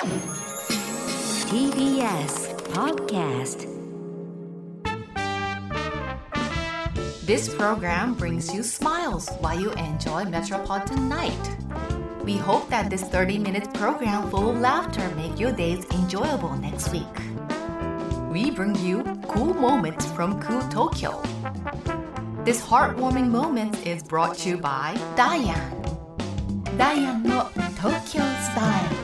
TBS Podcast. This program brings you smiles while you enjoy Metropolitan Night. We hope that this 30-minute program full of laughter make your days enjoyable next week. We bring you cool moments from cool Tokyo. This heartwarming moment is brought to you by Diane. Diane の Tokyo Style。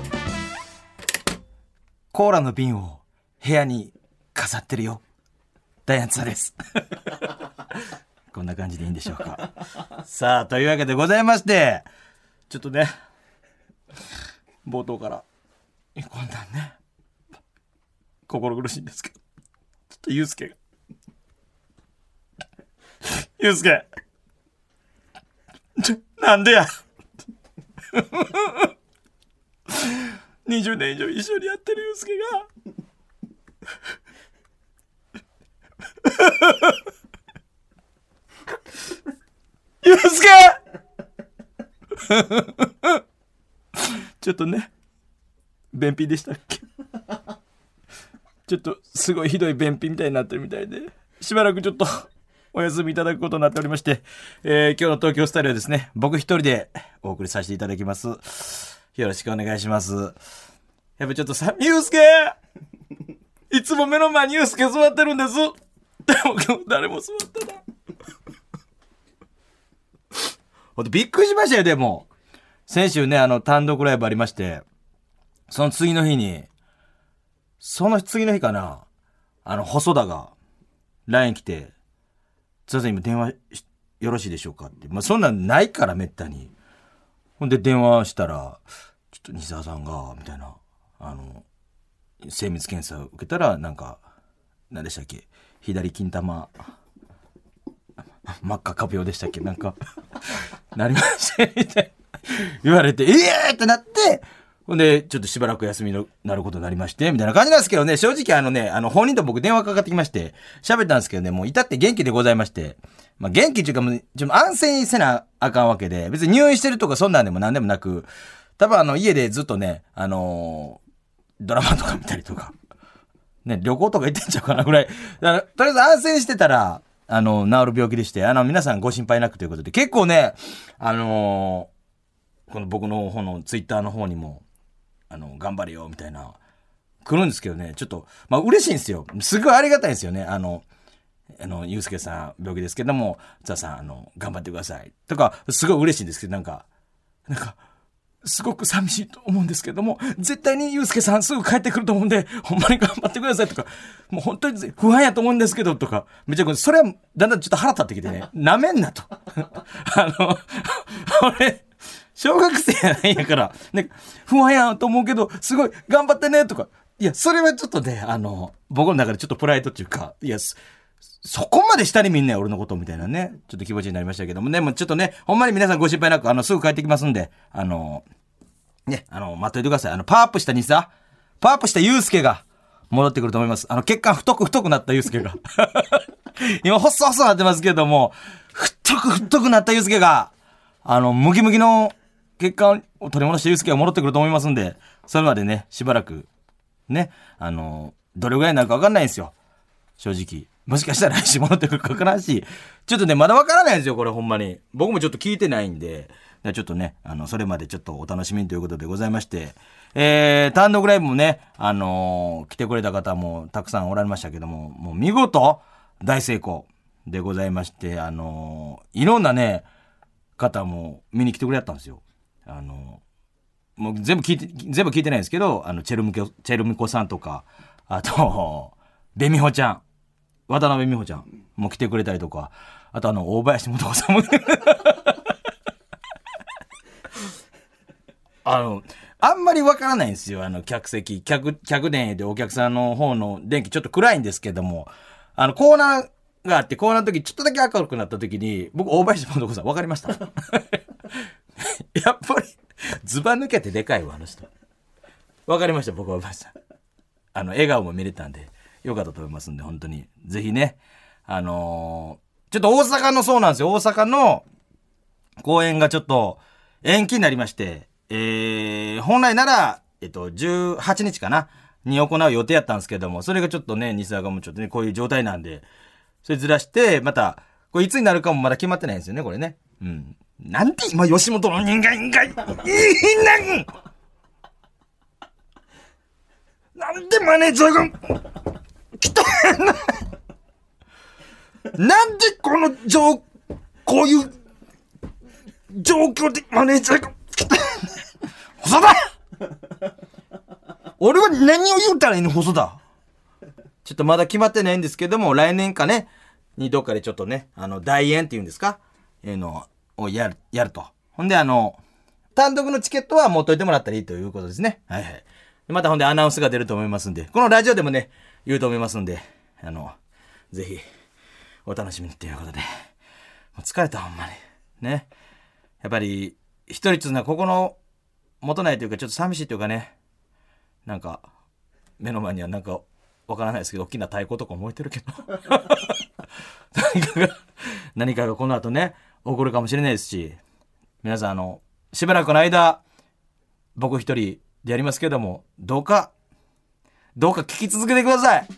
コーラの瓶を部屋に飾ってるよ。ダイアンツァです。こんな感じでいいんでしょうか。さあ、というわけでございまして、ちょっとね、冒頭からこんなんね、心苦しいんですけど、ちょっとユウスケが、ユウスケ、なんでや。20年以上一緒にやってるユウスケがユウスケちょっとね、便秘でしたっけ。ちょっとすごいひどい便秘みたいになってるみたいで、しばらくちょっとお休みいただくことになっておりまして、今日の東京スタイルはですね、僕一人でお送りさせていただきます。よろしくお願いします。やっぱちょっとさ、ユウスケいつも目の前にユウスケ座ってるんです。でも今日誰も座ってない。ほんとびっくりしましたよ。でも先週ね、単独ライブありまして、その次の日かな、細田が LINE 来て、すいません今電話よろしいでしょうかって。まあそんなんないからめったに。ほんで電話したら、ちょっと西澤さんがみたいな、精密検査を受けたら、なんか何でしたっけ、左金玉真っ赤カ病でしたっけ、なんかなりましてみたいな言われて、ってなって、ほんでちょっとしばらく休みになることになりましてみたいな感じなんですけどね。正直本人と僕電話かかってきまして喋ったんですけどね、もう至って元気でございまして、まあ元気っていうか、もうちょっと安静にせなあかんわけで、別に入院してるとかそんなんでもなんでもなく、多分家でずっとね、ドラマとか見たりとかね、旅行とか行ってんちゃうかなぐらい、とりあえず安静してたら治る病気でして、皆さんご心配なくということで、結構ね、この僕の方のツイッターの方にも頑張れよみたいな来るんですけどね、ちょっとまあ嬉しいんですよ。すごいありがたいんですよね。ゆうすけさん病気ですけども、津田さん頑張ってくださいとか、すごい嬉しいんですけど、なんかすごく寂しいと思うんですけども、絶対にゆうすけさんすぐ帰ってくると思うんで、ほんまに頑張ってくださいとか、もう本当に不安やと思うんですけどとか、めちゃくちゃそれはだんだんちょっと腹立ってきてね、なめんなと俺小学生やないんやから、ね、不安やと思うけどすごい頑張ってねとか、いやそれはちょっとね、僕の中でちょっとプライドっていうか、いやそこまで下に見んねん俺のことみたいなね、ちょっと気持ちになりましたけどもね。もうちょっとね、ほんまに皆さんご心配なく、すぐ帰ってきますんで、ね、待っといてください。パワーアップしたパワーアップしたユウスケが戻ってくると思います。血管太くなったユウスケが今細なってますけども、太くなったユウスケがムキムキの血管を取り戻したユウスケが戻ってくると思いますんで、それまでね、しばらくね、どれぐらいになるか分かんないんですよ、正直。もしかしたら来週戻ってくるか分からんし、ちょっとねまだ分からないんですよこれ、ほんまに僕もちょっと聞いてないんで、ちょっとねそれまでちょっとお楽しみということでございまして、単独ライブもね来てくれた方もたくさんおられましたけども、もう見事大成功でございまして、いろんなね方も見に来てくれたんですよ。もう全部聞いてないんですけど、チェルミコさんとか、あとベミホちゃん、渡辺美穂ちゃんも来てくれたりとか、あと大林素子さんもあんまりわからないんですよ。客電でお客さんの方の電気ちょっと暗いんですけども、コーナーがあって、コーナーの時ちょっとだけ明るくなった時に、僕大林素子さんわかりましたやっぱりズバ抜けてでかいわ、人わかりました。僕は大林さん笑顔も見れたんでよかったと思いますんで、本当にぜひね、ちょっと大阪の、そうなんですよ、大阪の公演がちょっと延期になりまして、本来なら 18日かなに行う予定やったんですけども、それがちょっとね、西澤がもうちょっとね、こういう状態なんで、それずらして、また、これいつになるかもまだ決まってないんですよね、これね。うん。なんで今、吉本の人間がいいなんでマネージャーが来たへんななんでこういう状況でマネージャーが来たへん細田俺は何を言うたらいいの細田。ちょっとまだ決まってないんですけども、来年かね、にどっかでちょっとね、代演っていうんですかをやると。ほんで単独のチケットは持っといてもらったらいいということですね。はいはい。またほんでアナウンスが出ると思いますんで、このラジオでもね、言うと思いますんで、ぜひ、お楽しみにっていうことで。もう疲れた、ほんまに。ね。やっぱり、一人っつうのはここの、持たないというか、ちょっと寂しいというかね、なんか、目の前にはなんか、わからないですけど、大きな太鼓とか燃えてるけど。何かがこの後ね、起こるかもしれないですし、皆さんしばらくの間、僕一人でやりますけども、どうか聞き続けてください。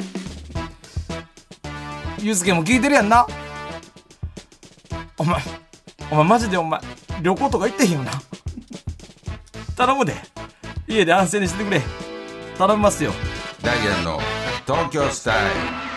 ゆうすけも聞いてるやんな。お前マジで旅行とか行ってへんよな。頼むで。家で安静にしてくれ。頼みますよ。 ダイアンの東京スタイル。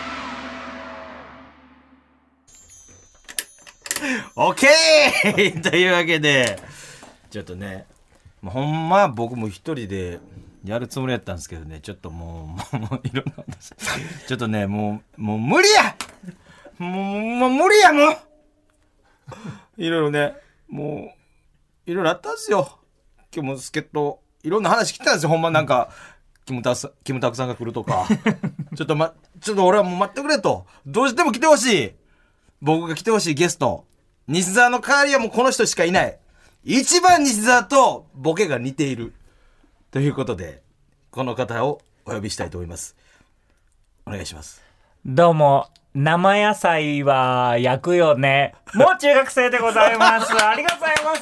オッケーというわけで、ちょっとね、ほんま僕も一人でやるつもりやったんですけどね、ちょっともういろんな話ちょっとね、もう無理やもう無理やもういろいろね、もういろいろあったんですよ。今日も助っ人いろんな話聞いたんですよ。ほんまなんかキムタクさんが来るとかちょっと俺はもう待ってくれと、どうしても来てほしい、僕が来てほしいゲスト、西澤の代わりはもうこの人しかいない、一番西澤とボケが似ているということで、この方をお呼びしたいと思います。お願いします。 どうも、生野菜は焼くよね。もう中学生でございます。ありがとうございます。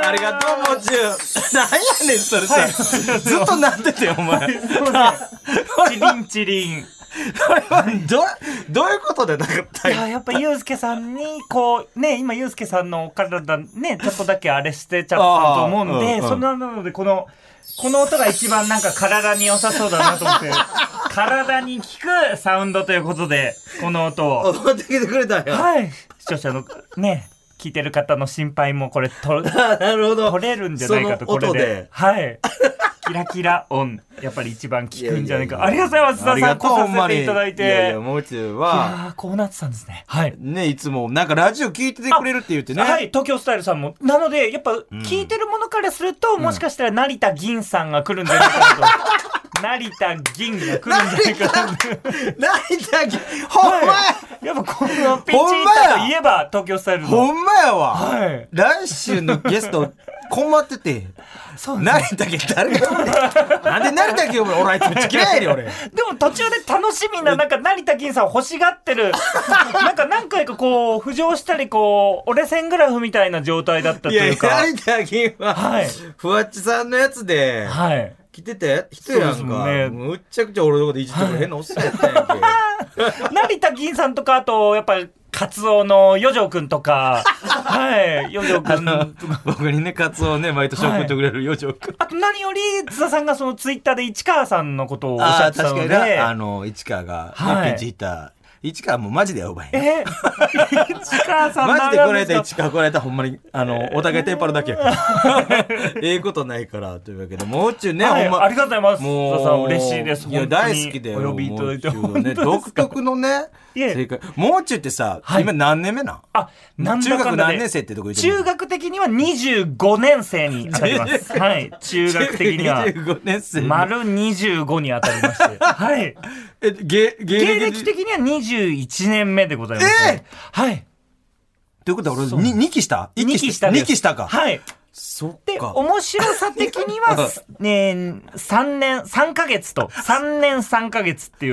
ありがとう、もう中。なんやねん、それさ。ずっとなっててよ、お前。 チリンチリン。 それはどういうことでなかったいや、やっぱユうスケさんにこうね、今ユうスケさんのお体ね、ちょっとだけあれしてちゃったと思うんで、そんなのでこの音が一番なんか体に良さそうだなと思って体に効くサウンドということで、この音を踊ってきてくれたよ。 はい、視聴者のね、聞いてる方の心配もこれなるほど、 取れるんじゃないかと、これではいキラキラ音、やっぱり一番効くんじゃないか。ありがとうございます。須田さん、来させていただいて。 いやもう中はこうなってたんですね。はい。 ね、いつもなんかラジオ聞いててくれるって言ってね。 はい、東京スタイルさんも。なので、やっぱ聞いてるものからすると、もしかしたら成田銀さんが来るんじゃないかなと。成田銀が来るんじゃないかな。 成田銀、ほんまや。 やっぱこのピンチヒッターといえば東京スタイルの。 ほんまやわ。 はい。 来週のゲスト困ってて。そう成田銀誰が呼ぶねん。なんで成田銀呼ぶの？俺あいつめっちゃ嫌いやで俺。 でも途中で楽しみな、なんか成田銀さんを欲しがってる。なんか何回かこう浮上したり、こう折れ線グラフみたいな状態だったというか。 成田銀は、はい、ふわっちさんのやつで。はい。来てて人やんか、ね、むっちゃくちゃ俺のこといじってくれ、変なおっさんやったやんけ成田銀さんとか、あとやっぱカツオの余剰くんとかはい余剰くんとか僕にねカツオね毎年送ってくれる余剰くん、 あと何より津田さんがそのツイッターで市川さんのことをおっしゃってたので、 確かに市川が、ね、ピンチヒッター市川もうマジでやばいね。 市川さんマジでこれで市川これでほんまにお互いテーパるだけやからええことないからというわけでもう中ね、 はい、ほんまありがとうございます。 もうさん嬉しいです。 いや大好きでお呼びいただいてね独特のね正解。もう中ってさ、はい、今何年目なん？ なんだかんだで中学何年生ってとこ言ってる？ 中学的には25年生に当たりますはい中学的には 25年生丸25に当たりましてはい芸歴的には21年目でございます、ね。はい。 ということは俺2期した？ 2期したです。 2期したか。 はい。 そっか。 で、面白さ的には、3年3ヶ月と、3年3ヶ月っていう、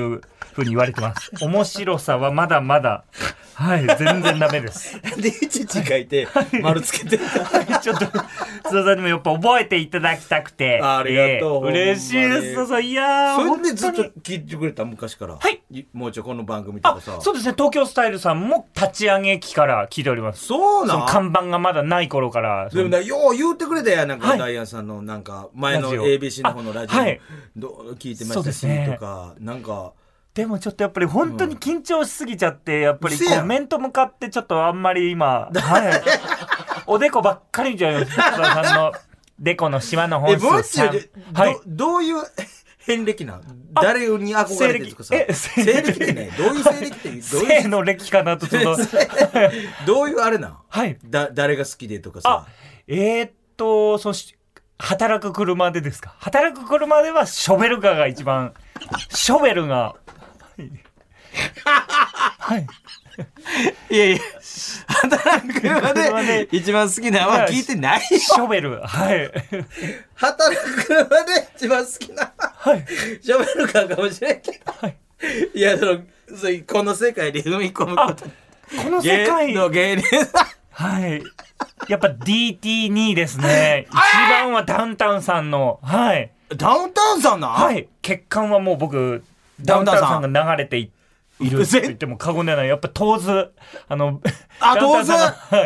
ふうに言われてます。面白さはまだまだ、はい、全然ダメです。 で、いちいち書いて、丸つけて。 ちょっと、津田さんにもやっぱ覚えていただきたくて。 ありがとう。 嬉しいです、津田さん。いやー、 それでずっと聞いてくれた、昔から。 はい。 もうちょいこの番組とかさ。 そうですね、東京スタイルさんも立ち上げ期から聞いております。 そうなん？ その看板がまだない頃から。 でもな、よう言うてくれたやん、なんか、ダイアンさんの、なんか、前の ABC の方のラジオ。はい。聞いてましたし、とか、なんか。 でもちょっとやっぱり本当に緊張しすぎちゃって、やっぱりこう面と向かってちょっとあんまり今、はい。おでこばっかりじゃないですか、津田さんのでこの島の本数3。 はい。どういう遍歴なん？誰に憧れてるとかさ。西暦ってね、どういう西暦って西の暦かなとちょっと。 どういうあれなん？ はい。 誰が好きでとかさ。 そして、働く車でですか？働く車ではショベルカーが一番、ショベルが、はい。 いやいや、働く車で一番好きなのは聞いてないよ。 ショベル、はい。 働く車で一番好きな、はい。ショベルカーかもしれんけど、はい。いや、この世界で踏み込むこと。 この世界の芸人さん。 はい。やっぱ DT2 ですね。一番はダウンタウンさんの、はい。 ダウンタウンさんな？ はい。血管はもう僕、ダウンタウンさんが流れていると言っても過言ではない。やっぱトーズ、 トーズ、はい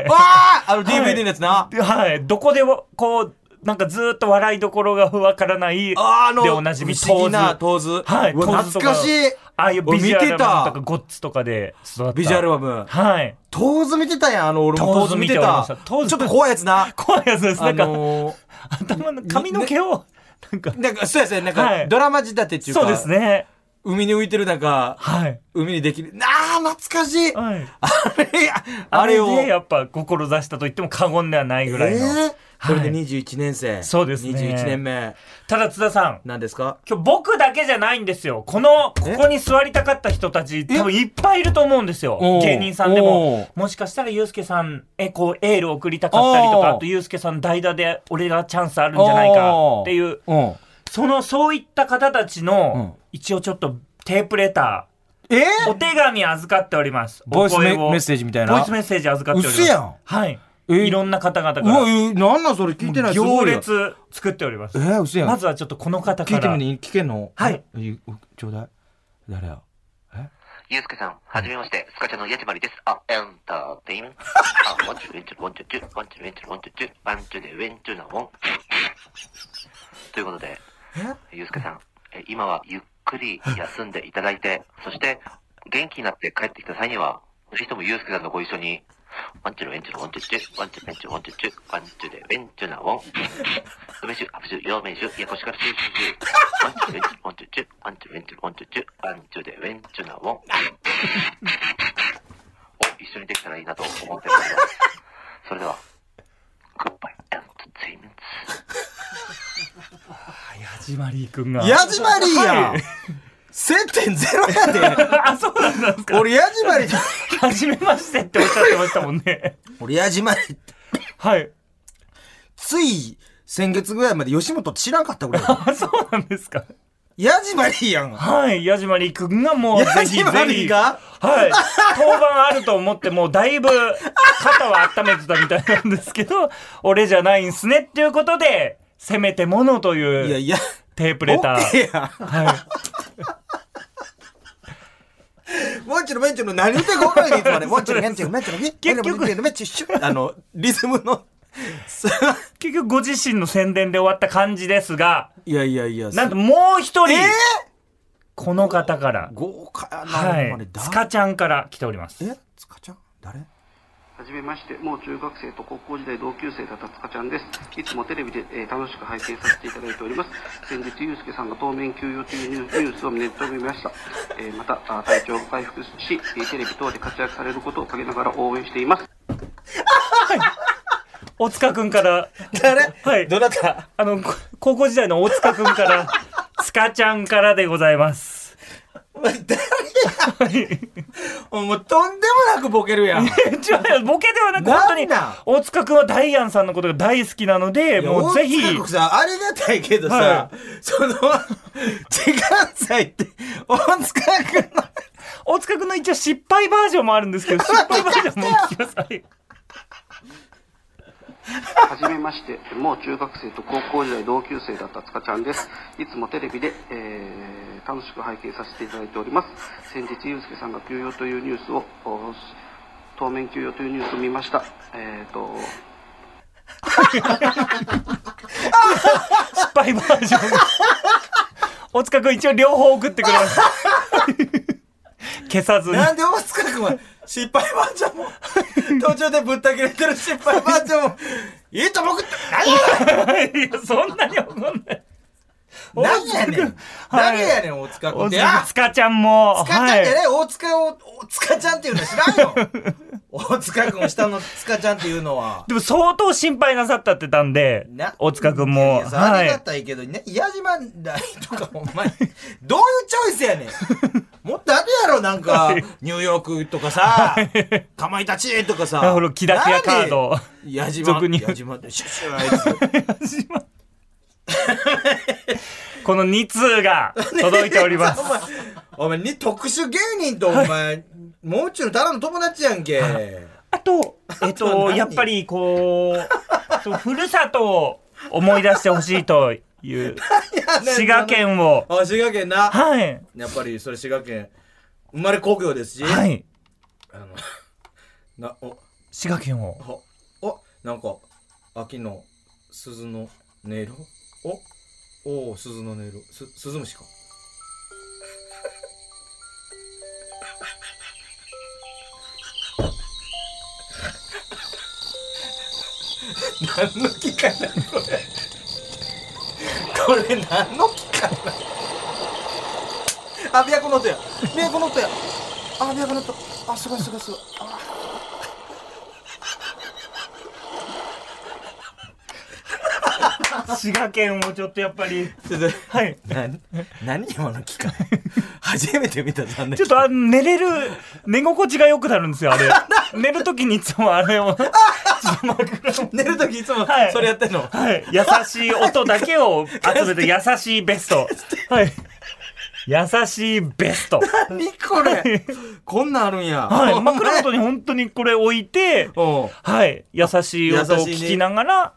、DVD のやつな。 はい。どこでこう、なんかずーっと笑いどころがわからないでおなじみトーズ。 はい。 懐かしい。 ああいうビジュアルアルバムとかゴッツとかで育った。 ビジュアルアルバム。 はい。 トーズ見てたやん。俺もトーズ見てた。ちょっと怖いやつな。 怖いやつです。なんか、頭の髪の毛を、 なんか、そうですね。なんか、ドラマ仕立てっていうか。 そうですね。 海に浮いてるなんか、はい、海にできる。懐かしい。はい、あれを。 やっぱ志したと言っても過言ではないぐらいの。 これで21年生。 そうですね。 21年目。 ただ津田さん。 何ですか？ 今日僕だけじゃないんですよ。ここに座りたかった人たち多分いっぱいいると思うんですよ。芸人さんでも。もしかしたらユースケさんこうエールを送りたかったりとか、あとユースケさん代打で俺がチャンスあるんじゃないかっていう、そういった方たちの、一応ちょっとテープレター。お手紙預かっております。 ボイスメッセージみたいな。 ボイスメッセージ預かっております。 嘘やん。 はい。いろんな方々から。 なんなんそれ聞いてない。 行列作っております。 嘘やん。 まずはちょっとこの方から。 聞いてみに聞けんの？ はい。 ちょうだい。誰や？ ゆうすけさん、はじめまして、スカチャのやちまりです。エンターテインメント。ワンチュウェンチュワンチュチュワンチュウェンチュワンチュチュワンチュでウェンチュなもん。ということで、ゆうすけさん、今はゆっくり休んでいただいて、そして元気になって帰ってきた際には、ぜひともゆうすけさんとご一緒に、ワンチュのウェンチュのワンチュチュワンチュウェンチュワンチュチュワンチュでウェンチュなもん。梅酒、ハブ酒、陽明酒、やこしからシューシューシュー。ワンチュウェンチュワンチュチュワンチュウェンチュワンチュチュワンチュでウェンチュなもん。を一緒にできたらいいなと思っております。それでは、グッバイエンターテインメント。 ヤジマリー君が。 ヤジマリーやん。接点ゼロやで。 そうなんですか。 俺ヤジマリー。 はじめましてっておっしゃってましたもんね。 俺ヤジマリーって。 はい。 つい先月ぐらいまで吉本って知らんかったぐらい。 そうなんですか。 ヤジマリーやん。 はい。ヤジマリー君がもうぜひぜひ。 ヤジマリーがはい。当番あると思ってもうだいぶ肩は温めてたみたいなんですけど、俺じゃないんすねっていうことで、せめてものというテープレター。はい。 モンチのメンチの何言ってんか分からないいつまで。モンチのメンチのメンチの結局リズムの結局ご自身の宣伝で終わった感じですが、 いやなんともう一人、この方から豪華やな。 はい。スカちゃんから来ております。 スカちゃん誰？ はじめまして、もう中学生と高校時代同級生だったつかちゃんです。いつもテレビで、楽しく拝見させていただいております。先日ゆうすけさんが当面休養というニュースをネットで見ました。また体調が回復し、テレビ等で活躍されることを陰ながら応援しています。 はい、大塚くんから誰？ はい、 どなた？ 高校時代の大塚くんからつかちゃんからでございます。 誰やもうとんでもなくボケるやん。 違う、ボケではなく本当に大塚くんはダイアンさんのことが大好きなので、もうぜひ大塚くんさありがたいけどさ、その時間祭って大塚くんの大塚くんの一応失敗バージョンもあるんですけど、失敗バージョンも聞きください。 はじめまして、もう中学生と高校時代同級生だった塚ちゃんです。いつもテレビで、楽しく拝見させていただいております。先日ゆうすけさんが休養というニュースを当面休養というニュースを見ました。 失敗バージョン大塚くん一応両方送ってくれます消さずに。 なんで大塚くんは失敗バージョンも途中でぶった切れてる失敗バージョンもいいと僕っていやそんなに怒んない何やねん、誰やねん大塚くんって。 塚ちゃんも塚ちゃんじゃねえ、大塚ちゃんっていうの知らんよ大塚くんを下の塚ちゃんっていうのは。 でも相当心配なさったってたんで大塚くんも。 いやあれだったらいいけどね、矢島大とかお前どういうチョイスやねんもっとあるやろ、なんかニューヨークとかさかまいたちとかさ、 キラキラカード矢島ってシュッシュあいつこの2通が届いておりますお前特殊芸人とお前もう中のただの友達やんけ。 あとやっぱりこうふるさとを思い出してほしいという滋賀県を。 滋賀県な。 はい。 やっぱりそれ滋賀県生まれ故郷ですし。 はい。滋賀県を。 なんか秋の鈴の音色。お鈴の音色。スズムシか。何の木かなこれ何の木かなあ、琵琶湖の音や。琵琶湖の音や。あ、琵琶湖の音。あ、すごいすごいすごい。 滋賀県もちょっとやっぱりはい。何今の木か初めて見た。 ちょっと寝心地が良くなるんですよあれ寝るときにいつもあれを寝るときいつもそれやってんの。 はい。優しい音だけを集めて優しいベスト。はい。優しいベスト。 何これこんなんあるんや。 はい。枕元に本当にこれ置いて、はい。優しい音を聞きながら、はい。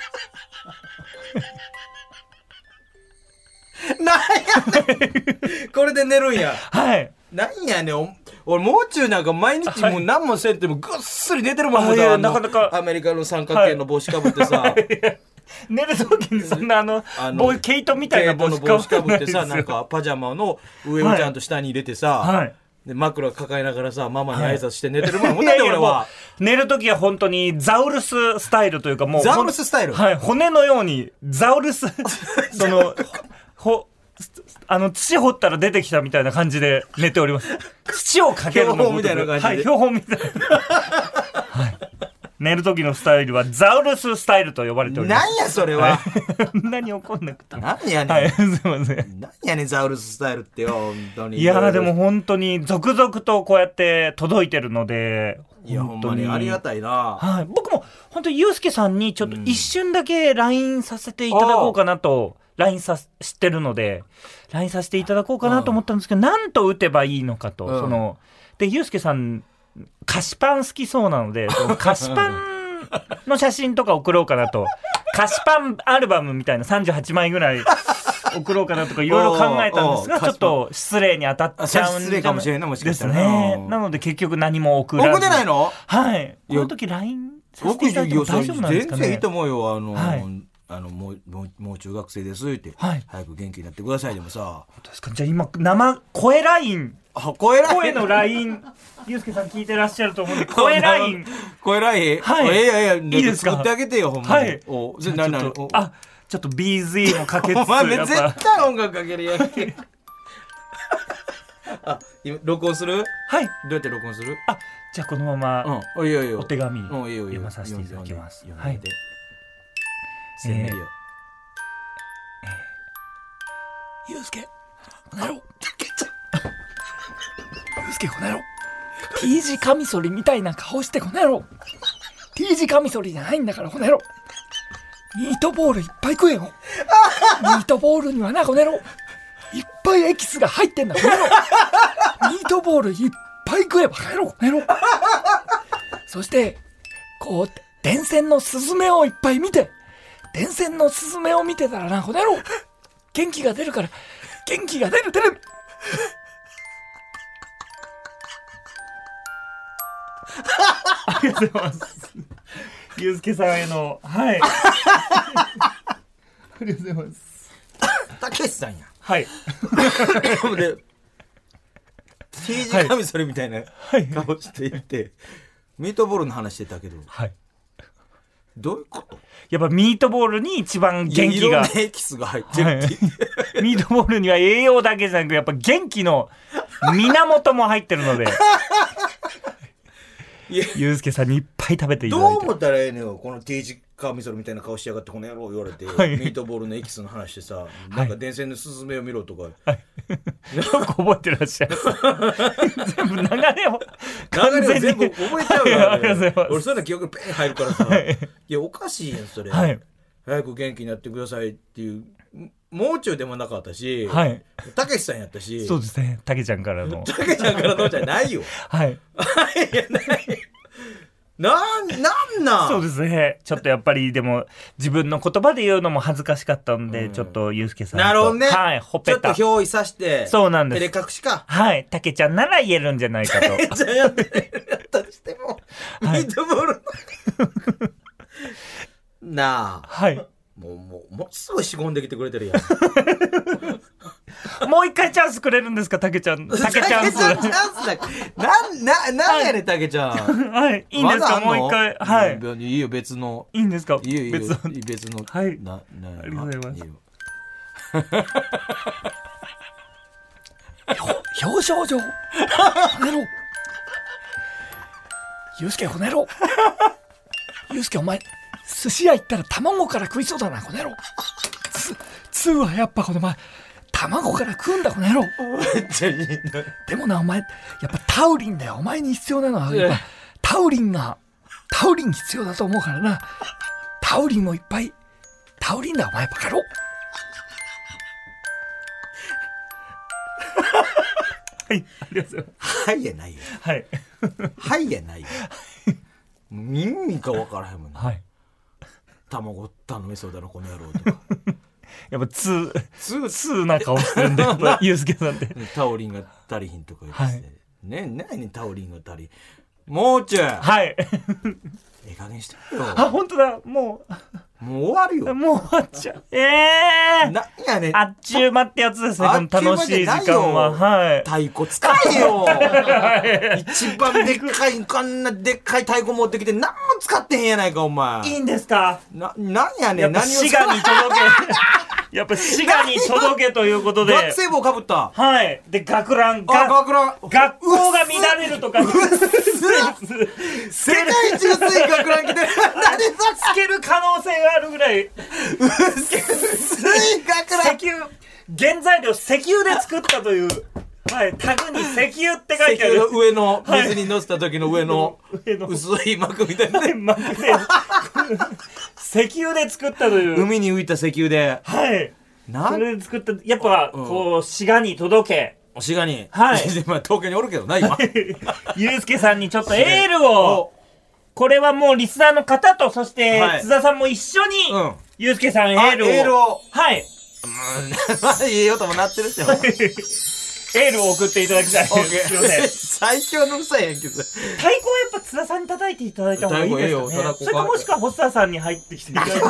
なんやねんこれで寝るんや。 はい。 なんやねん俺もう中なんか毎日もう何もせんってもぐっすり寝てるもん。 なかなかアメリカの三角形の帽子かぶってさ、 寝るときにそんな毛糸みたいな帽子かぶってさ、なんかパジャマの上をちゃんと下に入れてさ、はい、で枕抱えながらさママに挨拶して寝てるもん。ほんで俺は寝るときは本当にザウルススタイルというかもうザウルススタイル、 はい、骨のようにザウルスその土掘ったら出てきたみたいな感じで寝ております。土をかけるの標本みたいな感じで、 はい、標本みたいな、はい、寝る時のスタイルはザウルススタイルと呼ばれております。 何やそれは、 はい、何怒んなくて何やねん、 はい、すいません。 何やねんザウルススタイルってよ本当に。 いやでも本当に続々とこうやって届いてるので、 いやほんまにありがたいな。 はい、僕も本当にゆうすけさんにちょっと一瞬だけ LINE させていただこうかなと、LINE 知ってるので LINE させていただこうかなと思ったんですけど、何と打てばいいのかと、でゆうすけさん菓子パン好きそうなので菓子パンの写真とか送ろうかなと菓子パンアルバムみたいな38枚ぐらい送ろうかなとかいろいろ考えたんですが、ちょっと失礼に当たっちゃうん失礼かもしれんな、もしかしたらですね。なので結局何も送らず。 送ってないの？ はい。この時 LINE させていただいても大丈夫なんですかね？ 全然いいと思うよ。 はいもう中学生ですって、はい、早く元気になってくださいでもさ。 確かにじゃあ今生声ライン、声のラインゆうすけさん聞いてらっしゃると思うんで声ラインはい、いやいいですか？ 作ってあげてよほんまに。はい。 ちょっと BZ もかけつつお前絶対音楽かけるやんけ今録音する？はい。どうやって録音する？ じゃあこのままお手紙読まさせていただきます。はい。ゆうすけこの野郎ゆうすけこの野郎 T 字カミソリみたいな顔してこの野郎 T 字カミソリじゃないんだからこの野郎ミートボールいっぱい食えよミートボールにはなこの野郎いっぱいエキスが入ってんだこの野郎ミートボールいっぱい食えば帰ろうこの野郎そしてこう電線のスズメをいっぱい見て電線のスズメを見てたらなこの野郎元気が出るから元気が出るありがとうございますゆうすけさんへのはいありがとうございますたけしさんやはいで T 字カミソリみたいな顔していて、ミートボールの話してたけど、 はい、 どういうこと？ やっぱミートボールに一番元気がいろんなエキスが入ってるって、 はい、ミートボールには栄養だけじゃなくやっぱ元気の源も入ってるのでゆうすけさんにいっぱい食べていただいてどう思ったらええのよこの T 字カミソリみたいな顔しやがってこの野郎言われて、はい、ミートボールのエキスの話してさ、なんか電線のスズメを見ろとか、はい、 よく覚えてらっしゃる全部流れを完全に全部覚えちゃうよ、 ね、 俺そういうの記憶ペン入るからさ、はい、いやおかしいやんそれ、はい、早く元気になってくださいっていうもう中でもなかったし、はい、たけしさんやったし、 そうですね、たけちゃんからのたけちゃんからのじゃないよはいいやないなんそうですね、ちょっとやっぱりでも自分の言葉で言うのも恥ずかしかったんで、ちょっとゆうすけさんとなるほどね、 はい、ほっぺたちょっと表意さしてそうなんです、 照れ隠しか、 はい、たけちゃんなら言えるんじゃないかとたけちゃんやったとしても、はい、ミートボールなあ、 はいもうすぐ仕込んできてくれてるやんもう一回チャンスくれるんですか、たけちゃんチャンスなんやねんたけちゃんはいいいんですか、もう一回、はい、 いいよ別のいいんですか、 いいよ別のはい、 ありがとうございます。 表彰状この野郎ゆうすけこの野郎ゆうすけお前寿司屋行ったら卵から食いそうだなこの野郎つはやっぱこの前卵から食うんだこの野郎でもなお前やっぱタウリンだよお前に必要なのはやっぱタウリン必要だと思うからなタウリンもいっぱいタウリンだお前バカ野郎はいありがとうございますはいやないよはいはいやないよ耳か分からへんもんね、はい、卵頼めそうだなこの野郎とかやっぱツーな顔してるんでやっぱゆうすけさんってタオリンが足りひんとか言って、はい、ね何にタオリンが足りもう中はいええ加減してよあ本当だもう終わるよもう終わっちゃうなんやねんあっちゅう間ってやつですねこの楽しい時間ははい太鼓使えよ一番でっかいこんなでっかい太鼓持ってきて何も使ってへんやないかお前いいんですかなんやねん何を滋賀に届けやっぱ滋賀に届けということで学生帽かぶったはいで学ラン学校が乱れるとか世界一薄い学ラン着てるつける可能性があるぐらい薄い学ラン原材料石油で作ったというはいタグに石油って書いてある上の水に乗せた時の上の薄い膜みたいな膜で石油で作ったという海に浮いた石油ではいそれで作ったやっぱこう滋賀に届け滋賀にはい東京におるけどな今ゆうすけさんにちょっとエールをこれはもうリスナーの方とそして津田さんも一緒にゆうすけさんエールをはいいい音も鳴ってるしエールを送っていただきたい最強のうるさいやんけど太鼓はやっぱ津田さんに叩いていただいた方がいいですかねそれかもしくは細田さんに入ってきていただいて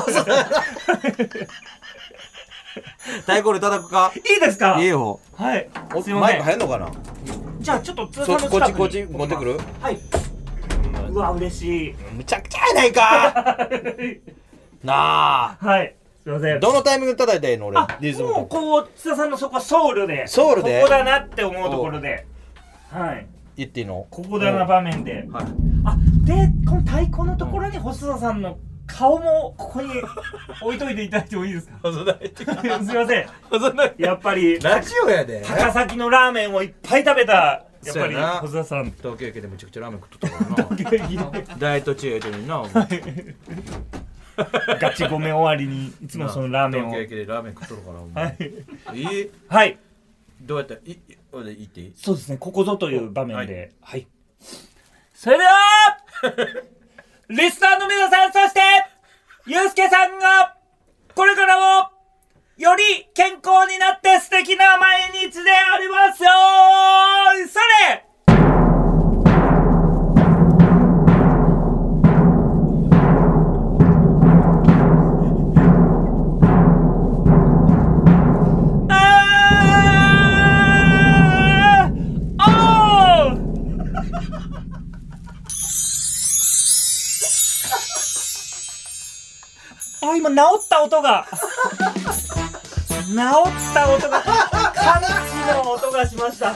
太鼓で叩くかいいですかいいよはいマイク入んのかなじゃあちょっと津田さんの近くにこっち持ってくるはいうわ嬉しいむちゃくちゃやないかなあはいすいませんどのタイミングで叩いたらいいの俺リズムもうこう津田さんのそこはソウルでここだなって思うところではい言っていいのここだな場面であでこの太鼓のところに細田さんの顔もここに置いといていただいてもいいですかすいませんやっぱりラジオやで高崎のラーメンをいっぱい食べたやっぱり細田さん東京駅でめちゃくちゃラーメン食っとったからな大途中やけどになガチごめ終わりにいつもそのラーメンを東京駅でラーメン食っとるからはいどうやったら言っていい？ そうですね、ここぞという場面で。 はい。 それではリスナーの皆さん、そしてゆうすけさんがこれからもより健康になって素敵な毎日でありますよー。それ今治った音が感じの音がしました。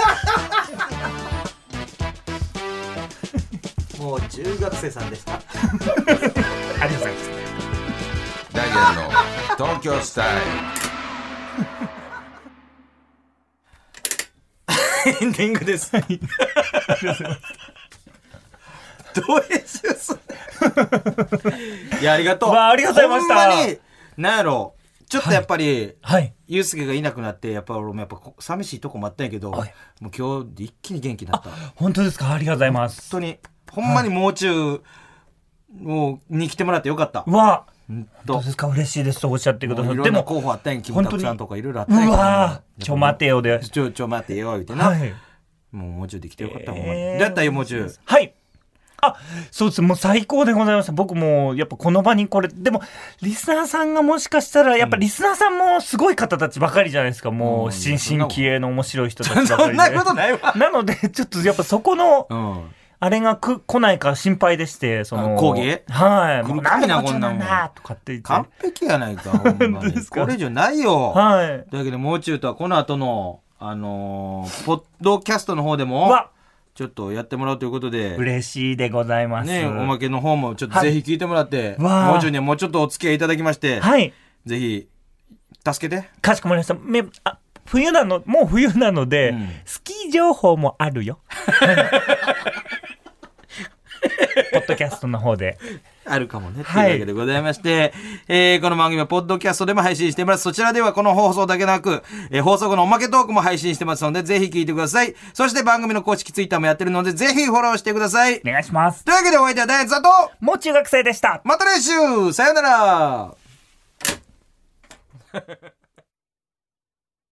もう中学生さんでした。 ありがとうございます。 ダイアンの東京スタイエンディングです。どう編集すんいや、ありがとう。 ありがとうございました。 ほんまに、なんやろ、ちょっとやっぱり、 はい。 ゆうすけがいなくなって、やっぱ俺もやっぱ寂しいとこもあったんやけど、 はい、 もう今日で一気に元気になった。 本当ですか？ありがとうございます。 本当に、ほんまにもう中に来てもらってよかった。 うわ、 どうですか？嬉しいですとおっしゃってくださって。 いろんな候補あったんやん、キムタクさんとかいろいろあったんやけど。 うわ、ちょ待てよで。 ちょ待てよ、言うてな。はい。もう中で来てよかった、ほんまに。だったよ、もう中。 はい。あ、そうです。もう最高でございました。僕もやっぱこの場にこれ、でもリスナーさんがもしかしたらやっぱリスナーさんもすごい方たちばかりじゃないですか。もう新進気鋭の面白い人たちばかりで。 そんなことないわ。 なのでちょっとやっぱそこの、あれが来ないか心配でして、その講義、 はい、 もうなんでこんなもんとかって言って、 完璧やないか、ほんまに。これ以上ないよ。 はい。 というわけでもう中とはこの後のポッドキャストの方でもちょっとやってもらうということで、 嬉しいでございますね。おまけの方もちょっとぜひ聞いてもらって、もう中にはもうちょっとお付き合いいただきまして、 はい、ぜひ助けて。 かしこまりました。冬なの、もう冬なので、スキー情報もあるよ。ポッドキャストの方であるかもね、というわけでございまして、この番組はポッドキャストでも配信しています。そちらではこの放送だけなく、放送後のおまけトークも配信してますので、ぜひ聞いてください。そして番組の公式ツイッターもやってるので、ぜひフォローしてください。 お願いします。 というわけでお相手はダイアンツだと、 もう中学生でした。 また来週、さよなら。